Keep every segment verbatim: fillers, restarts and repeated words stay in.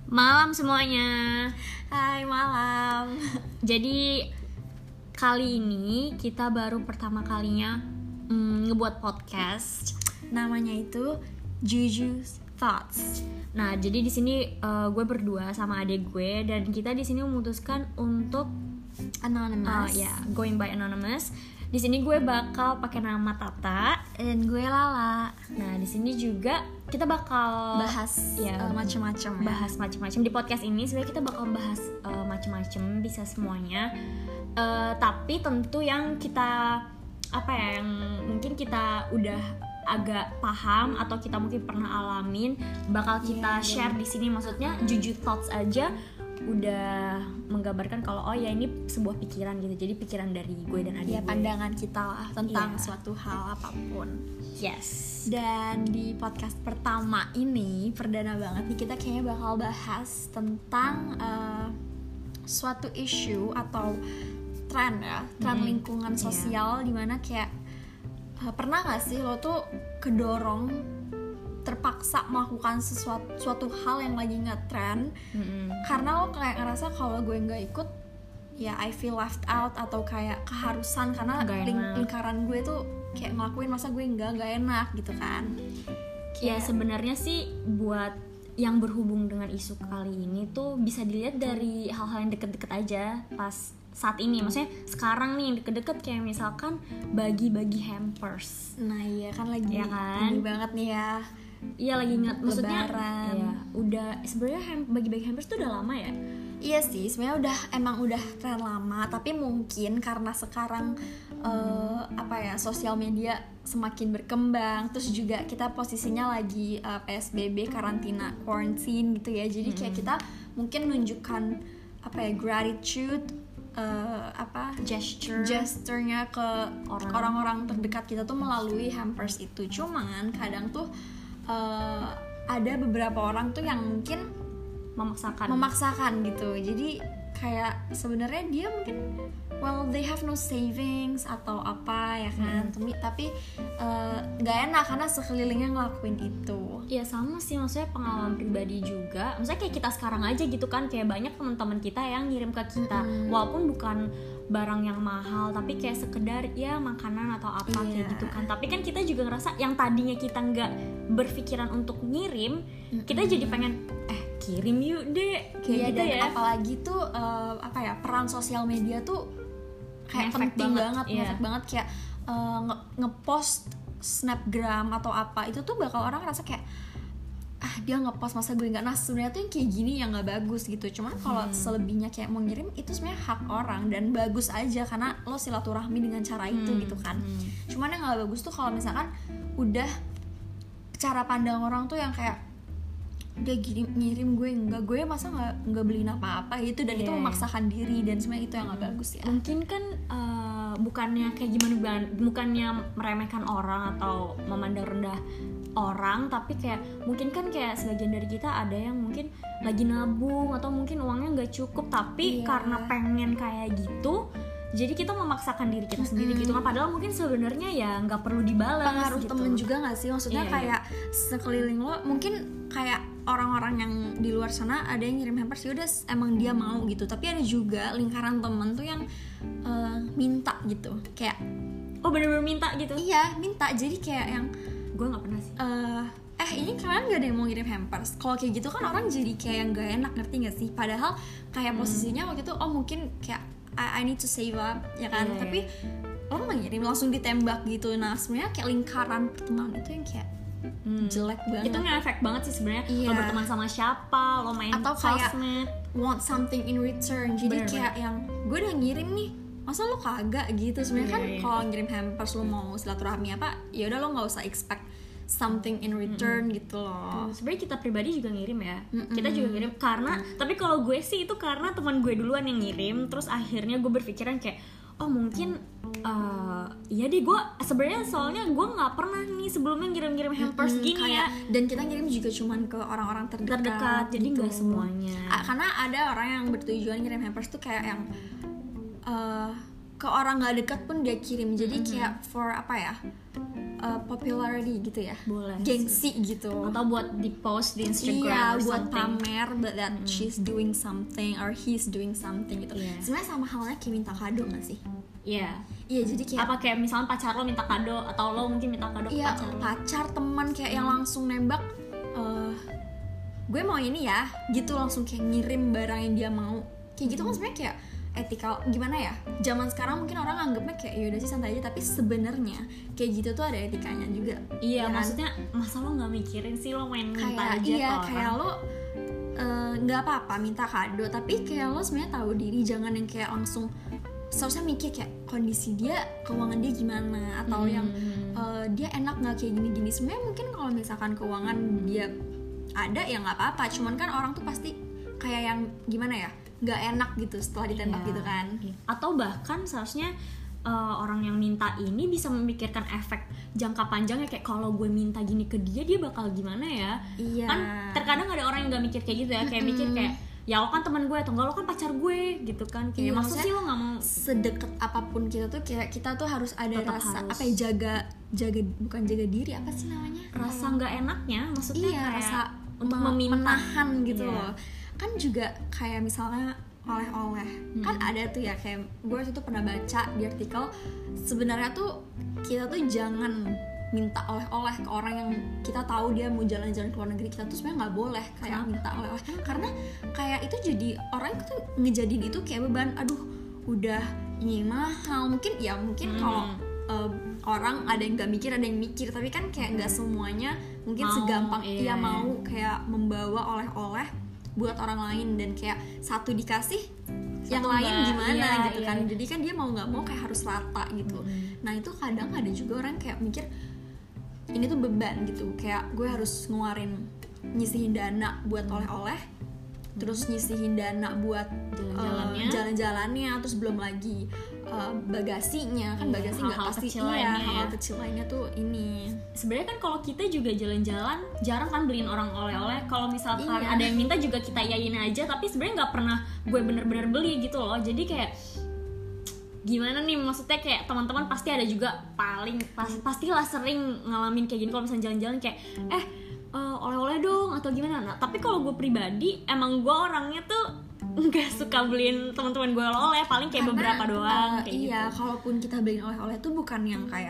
Malam semuanya. Hai malam. Jadi kali ini kita baru pertama kalinya mm, ngebuat podcast. Namanya itu Juju's Thoughts. Nah, jadi di sini uh, gue berdua sama adik gue dan kita di sini memutuskan untuk Anonymous. uh, ya yeah, going by anonymous. Di sini gue bakal pakai nama Tata dan gue Lala. Nah, di sini juga kita bakal bahas ya, uh, macam-macam ya. Bahas macam-macam di podcast ini. Sebenarnya kita bakal bahas uh, macam-macam, bisa semuanya. Uh, tapi tentu yang kita apa ya, yang mungkin kita udah agak paham atau kita mungkin pernah alamin bakal kita yeah, share yeah. di sini. Maksudnya Juju Thoughts aja udah menggambarkan kalau oh ya ini sebuah pikiran gitu. Jadi pikiran dari gue dan adik ya, gue. Pandangan kita lah tentang yeah. suatu hal apapun. Yes. Dan di podcast pertama ini perdana banget nih, kita kayaknya bakal bahas tentang uh, suatu isu atau tren ya, tren hmm. lingkungan sosial, yeah. dimana kayak uh, pernah gak sih lo tuh kedorong terpaksa melakukan sesuatu suatu hal yang lagi nge-trend mm-hmm. karena lo kayak ngerasa kalau gue nggak ikut ya I feel left out, atau kayak keharusan karena ling- lingkaran gue tuh kayak ngelakuin, masa gue nggak nggak enak gitu kan. Ya sebenarnya sih buat yang berhubung dengan isu kali ini tuh bisa dilihat dari hal-hal yang deket-deket aja pas saat ini. Maksudnya sekarang nih yang deket-deket kayak misalkan bagi-bagi hampers. Nah iya kan lagi ya kan? Ini banget nih ya. Iya lagi ingat, maksudnya Lebaran. Ya, udah sebenarnya ham, bagi-bagi hampers tuh udah lama ya. Iya sih, sebenarnya udah emang udah tren lama, tapi mungkin karena sekarang uh, apa ya, sosial media semakin berkembang, terus juga kita posisinya lagi uh, P S B B, karantina, quarantine gitu ya. Jadi kayak kita mungkin menunjukkan apa ya, gratitude, uh, apa gesture gesturnya ke orang. orang-orang terdekat kita tuh melalui hampers itu. Cuman kadang tuh Uh, ada beberapa orang tuh yang mungkin memaksakan memaksakan gitu. Jadi kayak sebenarnya dia mungkin well they have no savings atau apa ya kan, hmm. tapi nggak uh, enak karena sekelilingnya ngelakuin itu. Ya sama sih, maksudnya pengalaman pribadi juga. Maksudnya kayak kita sekarang aja gitu kan, kayak banyak teman-teman kita yang ngirim ke kita, hmm. walaupun bukan barang yang mahal, tapi kayak sekedar ya makanan atau apa yeah. kayak gitu kan. Tapi kan kita juga ngerasa yang tadinya kita nggak berpikiran untuk ngirim, mm-hmm. kita jadi pengen eh kirim yuk deh kayak yeah, gitu dan ya. Apalagi tuh uh, apa ya, peran sosial media tuh kayak ngefek penting banget, banget, yeah. ngefek banget kayak uh, nge- ngepost snapgram atau apa itu tuh bakal orang ngerasa kayak ah dia ngepost masa gue nggak. Nah sebenarnya tuh yang kayak gini yang nggak bagus gitu. Cuman kalau hmm. selebihnya kayak mau ngirim itu sebenarnya hak orang dan bagus aja karena lo silaturahmi dengan cara itu hmm. gitu kan. hmm. Cuman yang nggak bagus tuh kalau misalkan udah cara pandang orang tuh yang kayak dia ngirim, ngirim gue enggak, gue masa nggak nggak beliin apa-apa gitu, dan yeah. itu memaksakan diri, dan sebenarnya itu yang nggak hmm. bagus ya. Mungkin kan uh, bukannya kayak gimana, bukannya meremehkan orang atau memandang rendah orang, tapi kayak mungkin kan kayak sebagian dari kita ada yang mungkin lagi nabung atau mungkin uangnya nggak cukup, tapi yeah. karena pengen kayak gitu jadi kita memaksakan diri kita sendiri mm-hmm. gitu kan, padahal mungkin sebenarnya ya nggak perlu dibalas. Pengaruh gitu. Temen juga nggak sih, maksudnya yeah, kayak yeah. sekeliling lo mungkin kayak orang-orang yang di luar sana ada yang ngirim hampers ya udah emang dia mau gitu, tapi ada juga lingkaran temen tuh yang uh, minta gitu, kayak oh bener-bener minta gitu. Iya minta, jadi kayak yang gue nggak pernah sih. Uh, eh ini kalian gak ada yang mau ngirim hampers. Kalau kayak gitu kan orang jadi kayak yang gak enak, ngerti gak sih? Padahal kayak hmm. posisinya waktu itu oh mungkin kayak I, I need to save up ya kan, yeah, tapi yeah. orang nggak ngirim, langsung ditembak gitu. Nah sebenarnya kayak lingkaran pertemanan itu yang kayak hmm. jelek banget. Itu ngefek banget sih sebenarnya. Yeah. Lo berteman sama siapa, lo main atau kayak sosmed, want something in return. Jadi bener, kayak bener. yang gue udah ngirim nih, masa lo kagak gitu. Sebenarnya yeah, kan yeah. kalau ngirim hampers lo mau silaturahmi apa, ya udah lo nggak usah expect something in return mm-hmm. gitu loh. Sebenarnya kita pribadi juga ngirim ya. Mm-hmm. Kita juga ngirim karena mm-hmm. tapi kalau gue sih itu karena teman gue duluan yang ngirim, terus akhirnya gue berpikiran kayak oh mungkin uh, iya deh gue sebenarnya soalnya gue nggak pernah nih sebelumnya ngirim-ngirim hampers mm-hmm, gini kayak, ya. Dan kita ngirim juga cuman ke orang-orang terdekat. Terdekat, jadi nggak gitu. Semuanya. A- karena ada orang yang bertujuan ngirim hampers tuh kayak yang uh, ke orang nggak dekat pun dia kirim. Jadi mm-hmm. kayak for apa ya? uh, popularity gitu ya, boleh gengsi sih. gitu, atau buat di post di Instagram, iya or buat something. pamer but that mm-hmm. she's doing something or he's doing something gitu. Yeah. Sebenarnya sama halnya kayak minta kado nggak sih? Iya. Yeah. Iya, jadi kayak apa kayak misalnya pacar lo minta kado atau lo mungkin minta kado ke iya, pacar lo. pacar, teman kayak yang langsung nembak, uh, gue mau ini ya, gitu langsung kayak ngirim barang yang dia mau. Kayak gitu kan sebenarnya kayak etikal gimana ya? Zaman sekarang mungkin orang anggapnya kayak yaudah sih santai aja, tapi sebenarnya kayak gitu tuh ada etikanya juga. Iya, ya maksudnya kan? Masa lo nggak mikirin sih lo main minta kayak, aja iya, ke kayak orang. lo nggak uh, apa-apa minta kado, tapi kayak lo sebenarnya tahu diri, jangan yang kayak langsung seharusnya mikir kayak kondisi dia, keuangan dia gimana, atau hmm. yang uh, dia enak nggak kayak gini-gini. Sebenarnya mungkin kalau misalkan keuangan dia ada ya nggak apa-apa, cuman kan orang tuh pasti kayak yang gimana ya, nggak enak gitu setelah ditembak yeah. gitu kan. Atau bahkan seharusnya uh, orang yang minta ini bisa memikirkan efek jangka panjangnya, kayak kalau gue minta gini ke dia, dia bakal gimana ya. Iya. Kan terkadang ada orang yang nggak mikir kayak gitu ya, kayak mm-hmm. mikir kayak ya lo kan teman gue atau enggak lo kan pacar gue gitu kan. Kayak iya, maksud sih lo nggak mau sedekat apapun kita tuh kayak kita tuh harus ada tetap rasa harus. apa ya, jaga jaga bukan jaga diri, apa sih namanya, rasa nggak enaknya, maksudnya iya, kayak rasa untuk me- meminta, menahan gitu yeah. loh. Kan juga kayak misalnya oleh-oleh hmm. kan ada tuh ya, kayak gue waktu itu pernah baca di artikel sebenarnya tuh kita tuh jangan minta oleh-oleh ke orang yang kita tahu dia mau jalan-jalan ke luar negeri. Kita tuh sebenarnya nggak boleh kayak Kenapa? minta oleh-oleh, karena kayak itu jadi orang itu tuh ngejadiin itu kayak beban. Aduh udah ini mahal, mungkin ya mungkin hmm. kalau uh, orang ada yang nggak mikir, ada yang mikir, tapi kan kayak nggak semuanya mungkin mau, segampang iya, ia mau kayak membawa oleh-oleh buat orang lain, dan kayak satu dikasih satu yang lain enggak, gimana iya, gitu iya. kan. Jadi kan dia mau nggak mau kayak harus rata gitu. hmm. Nah itu kadang ada juga orang kayak mikir ini tuh beban gitu, kayak gue harus ngeluarin nyisihin dana buat oleh-oleh, terus nyisihin dana buat jalan-jalannya, uh, jalan-jalannya, terus belum lagi uh, bagasinya kan, bagasi nggak pasti iya, hal kecil lainnya tuh ini. Sebenarnya kan kalau kita juga jalan-jalan jarang kan beliin orang oleh-oleh. Kalau misalkan iya. ada yang minta juga kita iyain aja, tapi sebenarnya nggak pernah gue bener-bener beli gitu loh. Jadi kayak gimana nih, maksudnya kayak teman-teman pasti ada juga paling pas, pastilah sering ngalamin kayak gini kalau misalnya jalan-jalan kayak eh uh, oleh-oleh dong atau gimana. Nah tapi kalau gue pribadi emang gue orangnya tuh nggak suka beliin teman-teman gue oleh-oleh, paling kayak karena, beberapa doang uh, kayak iya gitu. Kalaupun kita beliin oleh-oleh tuh bukan yang kayak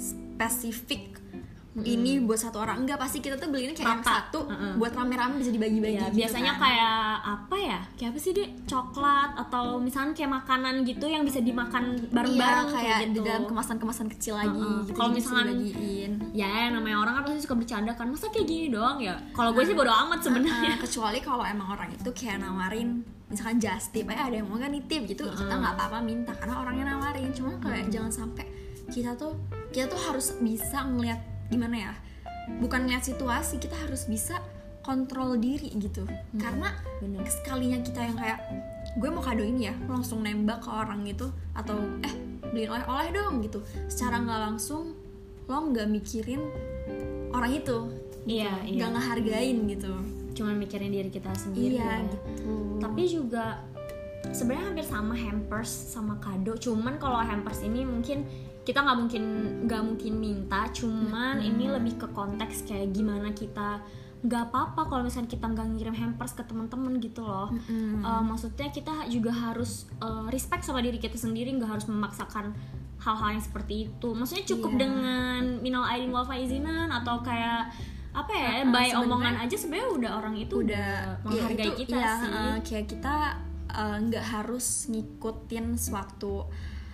spesifik hmm. ini buat satu orang, enggak, pasti kita tuh belinya kayak yang satu uh-uh. buat rame-rame bisa dibagi-bagi ya, gitu biasanya kan. Kayak apa ya, kayak apa sih deh, coklat atau misalnya kayak makanan gitu yang bisa dimakan bareng-bareng, iya, kayak, kayak gitu di dalam kemasan-kemasan kecil lagi uh-uh. gitu. Kalau misalkan dibagiin, ya namanya orang kan pasti suka bercanda kan, masa kayak gini doang ya. Kalau gue nah, sih bodo amat sebenarnya. Uh-uh. Kecuali kalau emang orang itu kayak nawarin misalkan just tip, eh ada yang mau kan nitip gitu, uh-uh. kita nggak apa-apa minta karena orangnya nawarin. Cuma kayak uh-uh. jangan sampai kita tuh kita tuh harus bisa ngelihat gimana ya, bukan ngeliat situasi, kita harus bisa kontrol diri gitu. hmm. Karena bener. Sekalinya kita yang kayak gue mau kado ini ya, langsung nembak ke orang itu, atau eh beliin oleh-oleh dong gitu, secara nggak langsung lo nggak mikirin orang itu gitu. Iya, iya. Nggak ngehargain gitu, cuman mikirin diri kita sendiri. iya, ya. gitu. Tapi juga sebenarnya hampir sama hampers sama kado, cuman kalau hampers ini mungkin kita nggak mungkin nggak mungkin minta, cuman mm-hmm. ini lebih ke konteks kayak gimana kita nggak apa-apa kalau misalnya kita nggak ngirim hampers ke teman-teman gitu loh. mm-hmm. uh, maksudnya kita juga harus uh, respect sama diri kita sendiri, nggak harus memaksakan hal-hal yang seperti itu. Maksudnya cukup yeah. dengan minal aidin wal faizinan atau kayak apa ya, uh, by omongan aja sebenarnya udah orang itu udah, udah menghargai ya, itu, kita ya, sih. Uh, kayak kita nggak uh, harus ngikutin suatu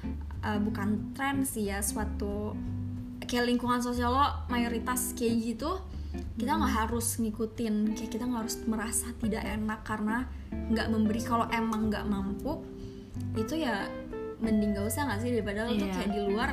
Uh, bukan tren sih ya, suatu kayak lingkungan sosial lo mayoritas kayak gitu, kita nggak hmm. harus ngikutin, kayak kita nggak harus merasa tidak enak karena nggak memberi. Kalau emang nggak mampu itu ya mending gak usah nggak sih, daripada lo yeah. tuh kayak di luar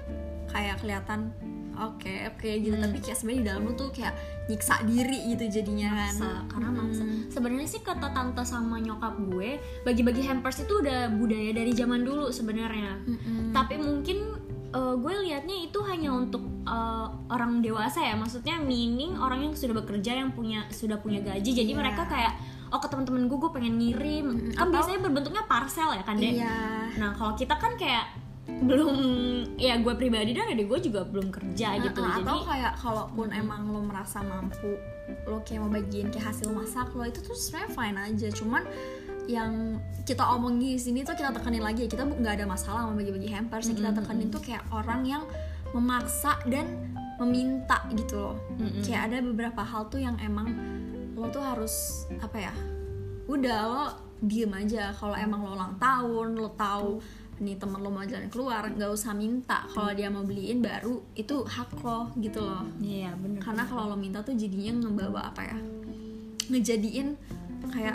kayak kelihatan oke okay, oke okay, gitu, hmm. tapi kayak sebenarnya di dalam lo tuh kayak nyiksa diri gitu jadinya maksa, kan karena hmm. maksa. Sebenarnya sih kata tante sama nyokap gue, bagi-bagi hampers itu udah budaya dari zaman dulu sebenarnya. hmm. Tapi mungkin uh, gue liatnya itu hanya untuk uh, orang dewasa ya, maksudnya meaning orang yang sudah bekerja, yang punya sudah punya gaji. Jadi yeah. mereka kayak oh ke teman-teman gue gue pengen ngirim, hmm. kan atau, biasanya berbentuknya parcel ya kan deh. yeah. Nah kalau kita kan kayak belum ya gue pribadi dan adik gue juga belum kerja gitu. Nah, jadi atau kayak kalaupun hmm. emang lo merasa mampu, lo kayak mau bagiin kayak hasil masak lo itu tuh sebenarnya fine aja. Cuman yang kita omongin di sini tuh kita tekenin lagi, kita nggak ada masalah sama bagi-bagi hampers. Yang kita tekenin tuh kayak orang yang memaksa dan meminta gitu loh. Mm-hmm. Kayak ada beberapa hal tuh yang emang lo tuh harus apa ya? Udah lo diem aja. Kalau emang lo ulang tahun, lo tahu nih temen lo mau jalan keluar, nggak usah minta. Kalau dia mau beliin baru itu hak lo gitu loh. Iya benar. Karena kalau lo minta tuh jadinya ngebawa apa ya? Ngejadiin kayak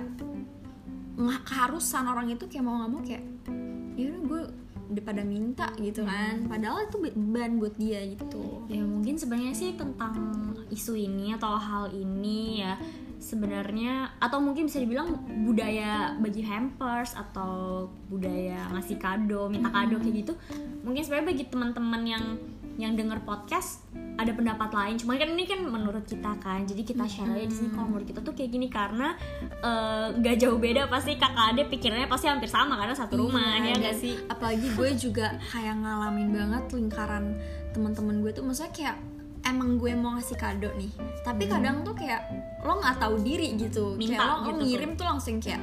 keharusan orang itu kayak mau nggak mau kayak ya udah gue udah pada minta gitu kan. Padahal itu beban buat dia gitu. Ya mungkin sebenarnya sih tentang isu ini atau hal ini ya sebenarnya, atau mungkin bisa dibilang budaya bagi hampers atau budaya ngasih kado, minta kado kayak gitu. Mungkin sebenarnya bagi teman-teman yang yang denger podcast ada pendapat lain. Cuman kan ini kan menurut kita kan, jadi kita share aja di sini kalau menurut kita tuh kayak gini karena nggak uh, jauh beda, pasti kakak adik pikirnya pasti hampir sama karena satu rumah iya, ya nggak sih. Apalagi gue juga kayak ngalamin banget lingkaran teman-teman gue tuh, maksudnya kayak emang gue mau ngasih kado nih, tapi kadang tuh kayak lo nggak tahu diri gitu. Minta kayak lo, gitu lo ngirim tuh. tuh langsung kayak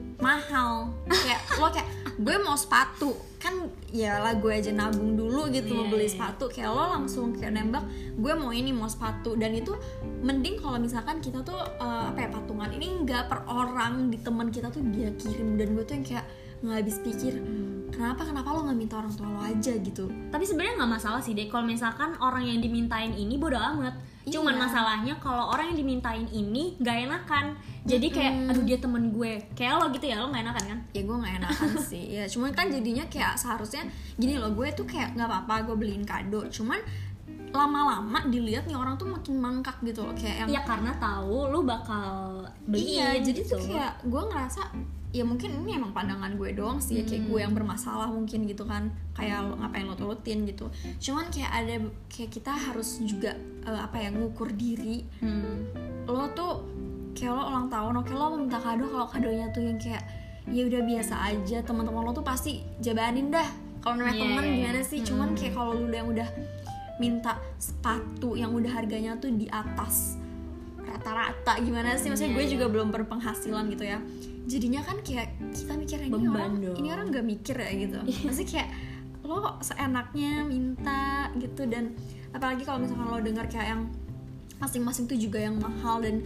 mahal, kayak lo kayak gue mau sepatu kan, ya lah gue aja nabung dulu gitu yeah, mau beli sepatu, kayak lo langsung kayak nembak gue mau ini mau sepatu. Dan itu mending kalau misalkan kita tuh uh, apa ya patungan, ini nggak per orang, di teman kita tuh dia kirim. Dan gue tuh yang kayak nggak habis pikir kenapa kenapa lo nggak minta orang tua lo aja gitu. Tapi sebenarnya nggak masalah sih deh kalau misalkan orang yang dimintain ini bodo amat. Cuman iya. masalahnya kalau orang yang dimintain ini nggak enakan. Jadi kayak hmm. aduh dia temen gue, kayak lo gitu ya, lo nggak enakan kan? Ya gue nggak enakan sih. Ya cuman kan jadinya kayak seharusnya gini loh, gue tuh kayak nggak apa-apa gue beliin kado. Cuman lama-lama dilihat nih orang tuh makin mangkak gitu loh, kayak yang ya karena tahu lu bakal beliin. Iya, jadi gitu. tuh kayak gue ngerasa ya mungkin ini emang pandangan gue doang sih ya, kayak gue yang bermasalah mungkin gitu kan, kayak lo, ngapain lo turutin gitu. Cuman kayak ada kayak kita harus juga uh, apa ya ngukur diri. hmm. Lo tuh kayak lo ulang tahun, oke lo mau minta kado, kalau kadonya tuh yang kayak ya udah biasa aja, teman-teman lo tuh pasti jabanin dah kalau namanya yeah. teman gimana sih. Cuman kayak kalau lo udah yang udah minta sepatu yang udah harganya tuh di atas rata-rata gimana sih, maksudnya gue juga belum berpenghasilan gitu ya, jadinya kan kayak kita mikirnya ini orang dong. Ini orang nggak mikir ya gitu. Maksudnya kayak lo seenaknya minta gitu. Dan apalagi kalau misalkan lo dengar kayak yang masing-masing tuh juga yang mahal dan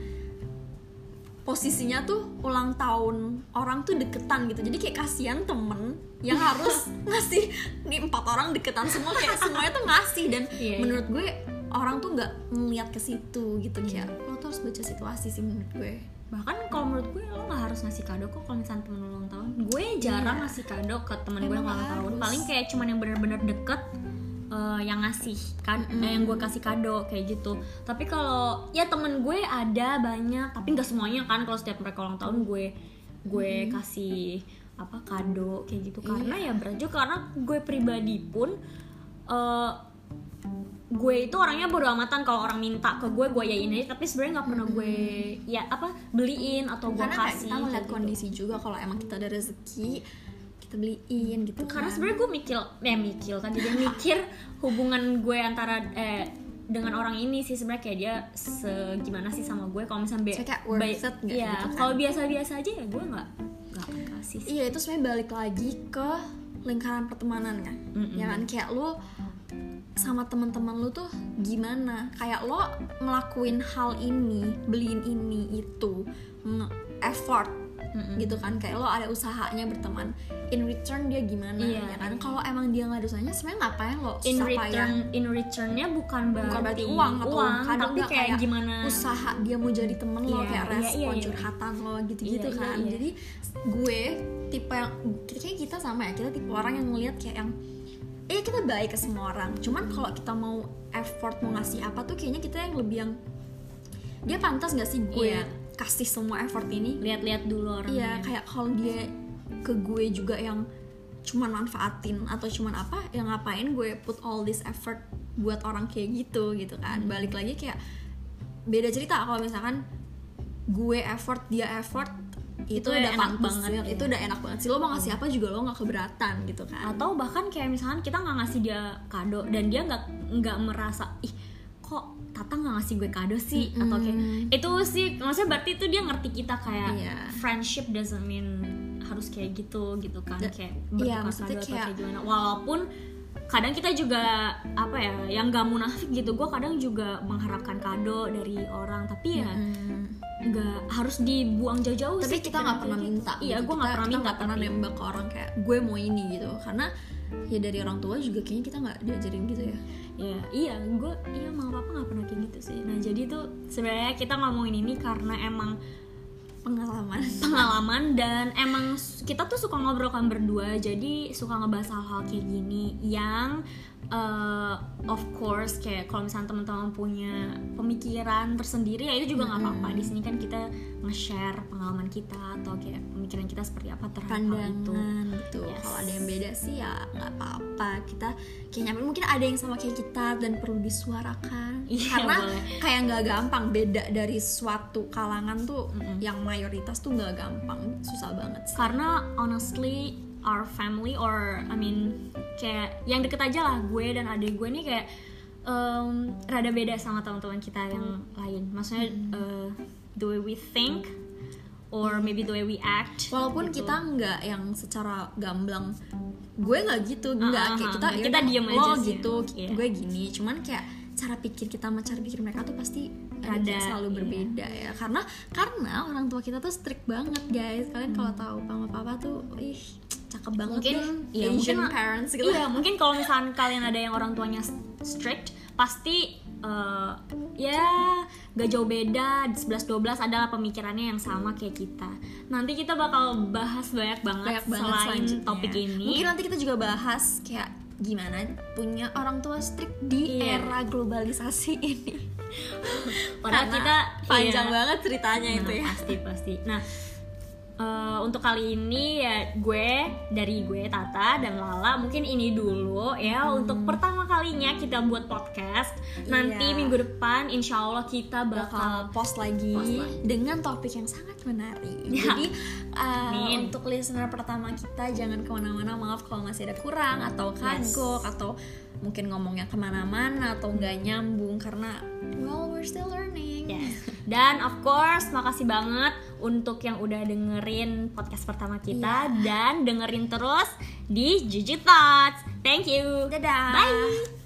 posisinya tuh ulang tahun orang tuh deketan gitu, jadi kayak kasihan temen yang harus ngasih nih empat orang deketan semua, kayak semuanya tuh ngasih. Dan yeah, menurut gue orang tuh nggak ngeliat ke situ gitu, kayak lo tuh harus baca situasi sih menurut gue. Bahkan kalau menurut gue lo nggak harus ngasih kado kok kalau misalnya temen ulang tahun. Gue jarang yeah. ngasih kado ke temen gue yang ulang tahun, paling kayak cuman yang benar-benar deket uh, yang ngasih kan, mm-hmm. eh, yang gue kasih kado kayak gitu. Tapi kalau ya temen gue ada banyak, tapi nggak semuanya kan. Kalau setiap mereka ulang tahun gue gue mm-hmm. kasih apa kado kayak gitu, karena yeah. ya berat juga, karena gue pribadi pun uh, gue itu orangnya bodo amatan kalau orang minta ke gue, gue yain aja. Tapi sebenarnya nggak pernah gue ya apa beliin atau gue karena kasih. Karena kita ngeliat gitu. Kondisi juga kalau emang kita ada rezeki kita beliin gitu. Karena kan. sebenarnya gue mikir, ya mikir tadi dia mikir hubungan gue antara eh, dengan orang ini sih sebenarnya kayak dia segimana sih sama gue. Kalau misalnya be- kayak worth it gak ya gitu kan? Kalau biasa-biasa aja ya gue nggak nggak akan kasih sih. Iya, itu sebenarnya balik lagi ke lingkaran pertemanan kan. Mm-mm. Ya kan kayak lo sama teman-teman lu tuh gimana, kayak lo ngelakuin hal ini, beliin ini itu, effort mm-hmm. gitu kan, kayak lo ada usahanya berteman, in return dia gimana, iya, ya kan. Kalau emang dia nggak ada usahanya, sebenarnya ngapain lo in return ya? In returnnya bukan berarti, bukan berarti uang atau uang, kadang tapi kayak, kayak gimana usaha dia mau jadi temen lo, iya, kayak respon iya, iya, curhatan lo gitu-gitu iya, kan. iya, iya. Jadi gue tipe yang kayak kita sama ya, kita tipe orang yang ngelihat kayak yang eh kita baik ke semua orang, cuman kalau kita mau effort mau ngasih apa tuh kayaknya kita yang lebih yang dia pantas nggak sih gue yeah. kasih semua effort ini, lihat-lihat dulu orangnya. Iya, kayak kalau dia ke gue juga yang cuman manfaatin atau cuman apa, yang ngapain gue put all this effort buat orang kayak gitu gitu kan. Balik lagi kayak beda cerita kalau misalkan gue effort dia effort itu, itu udah enak banget ya. Itu udah enak banget sih, lo mau ngasih apa juga lo nggak keberatan gitu kan. Atau bahkan kayak misalkan kita nggak ngasih dia kado dan dia nggak nggak merasa ih kok Tata nggak ngasih gue kado sih, mm-hmm. atau kayak itu sih maksudnya berarti itu dia ngerti kita kayak yeah. friendship doesn't mean harus kayak gitu gitu kan, da- kayak bertukar yeah, kado kayak... atau kayak gimana. Walaupun kadang kita juga apa ya yang nggak munafik gitu, gue kadang juga mengharapkan kado dari orang, tapi ya nggak mm. harus dibuang jauh-jauh. Tapi sih, kita nggak pernah gitu. minta iya gitu. gue nggak pernah kita minta nggak pernah tapi... nembak ke orang kayak gue mau ini gitu, karena ya dari orang tua juga kayaknya kita nggak diajarin gitu ya. Ya iya gue iya mama papa nggak pernah kayak gitu sih. Nah jadi tuh sebenarnya kita ngomongin ini karena emang pengalaman pengalaman dan emang kita tuh suka ngobrol kan berdua, jadi suka ngebahas hal-hal kayak gini yang uh, of course kayak kalau misalnya teman-teman punya pemikiran tersendiri ya itu juga nggak mm-hmm. apa-apa. Di sini kan kita nge-share pengalaman kita atau kayak pemikiran kita seperti apa terhadap hal itu. Gitu. Yes. Kalau ada yang beda sih ya nggak apa-apa. Kita kayak nyampe mungkin ada yang sama kayak kita dan perlu disuarakan. Iya, karena boleh. Kayak nggak gampang beda dari suatu kalangan tuh mm-hmm. yang mayoritas tuh nggak gampang, susah banget sih. Karena honestly our family or I mean kayak yang deket aja lah, gue dan adik gue nih kayak um, rada beda sama teman-teman kita yang lain. Maksudnya uh, the way we think or maybe the way we act. Walaupun gitu. Kita nggak yang secara gamblang gue nggak gitu, nggak uh, kayak kita uh, kita diem aja lo sih. gitu, yeah. gue gini. Cuman kayak cara pikir kita sama cara pikir mereka tuh pasti rada selalu iya. berbeda ya. Karena karena orang tua kita tuh strict banget guys. Kalian hmm. kalau tahu mama papa tuh, ih cakep banget mungkin deh. Ya, Asian mungkin parents gitu. Iya mungkin kalau misalnya kalian ada yang orang tuanya strict pasti uh, ya gak jauh beda, sebelas dua belas adalah pemikirannya yang sama kayak kita. Nanti kita bakal bahas banyak banget, banyak banget selain topik ini. Mungkin nanti kita juga bahas kayak gimana punya orang tua strict di iya. era globalisasi ini. Padahal kita panjang iya. banget ceritanya nah, itu ya. Pasti pasti. Nah uh, untuk kali ini ya gue dari gue Tata dan Lala mungkin ini dulu ya hmm. untuk pertama kalinya kita buat podcast. Nanti iya. minggu depan insya Allah kita bakal, bakal post lagi, post lagi dengan topik yang sangat menarik. Ya. Jadi uh, untuk listener pertama kita jangan kemana-mana. Maaf kalau masih ada kurang atau kagok yes. atau mungkin ngomongnya kemana-mana atau nggak nyambung karena well we're still learning. Yes. Dan of course makasih banget untuk yang udah dengerin podcast pertama kita yeah. dan dengerin terus di Gigi Thoughts. Thank you. Dadah. Bye.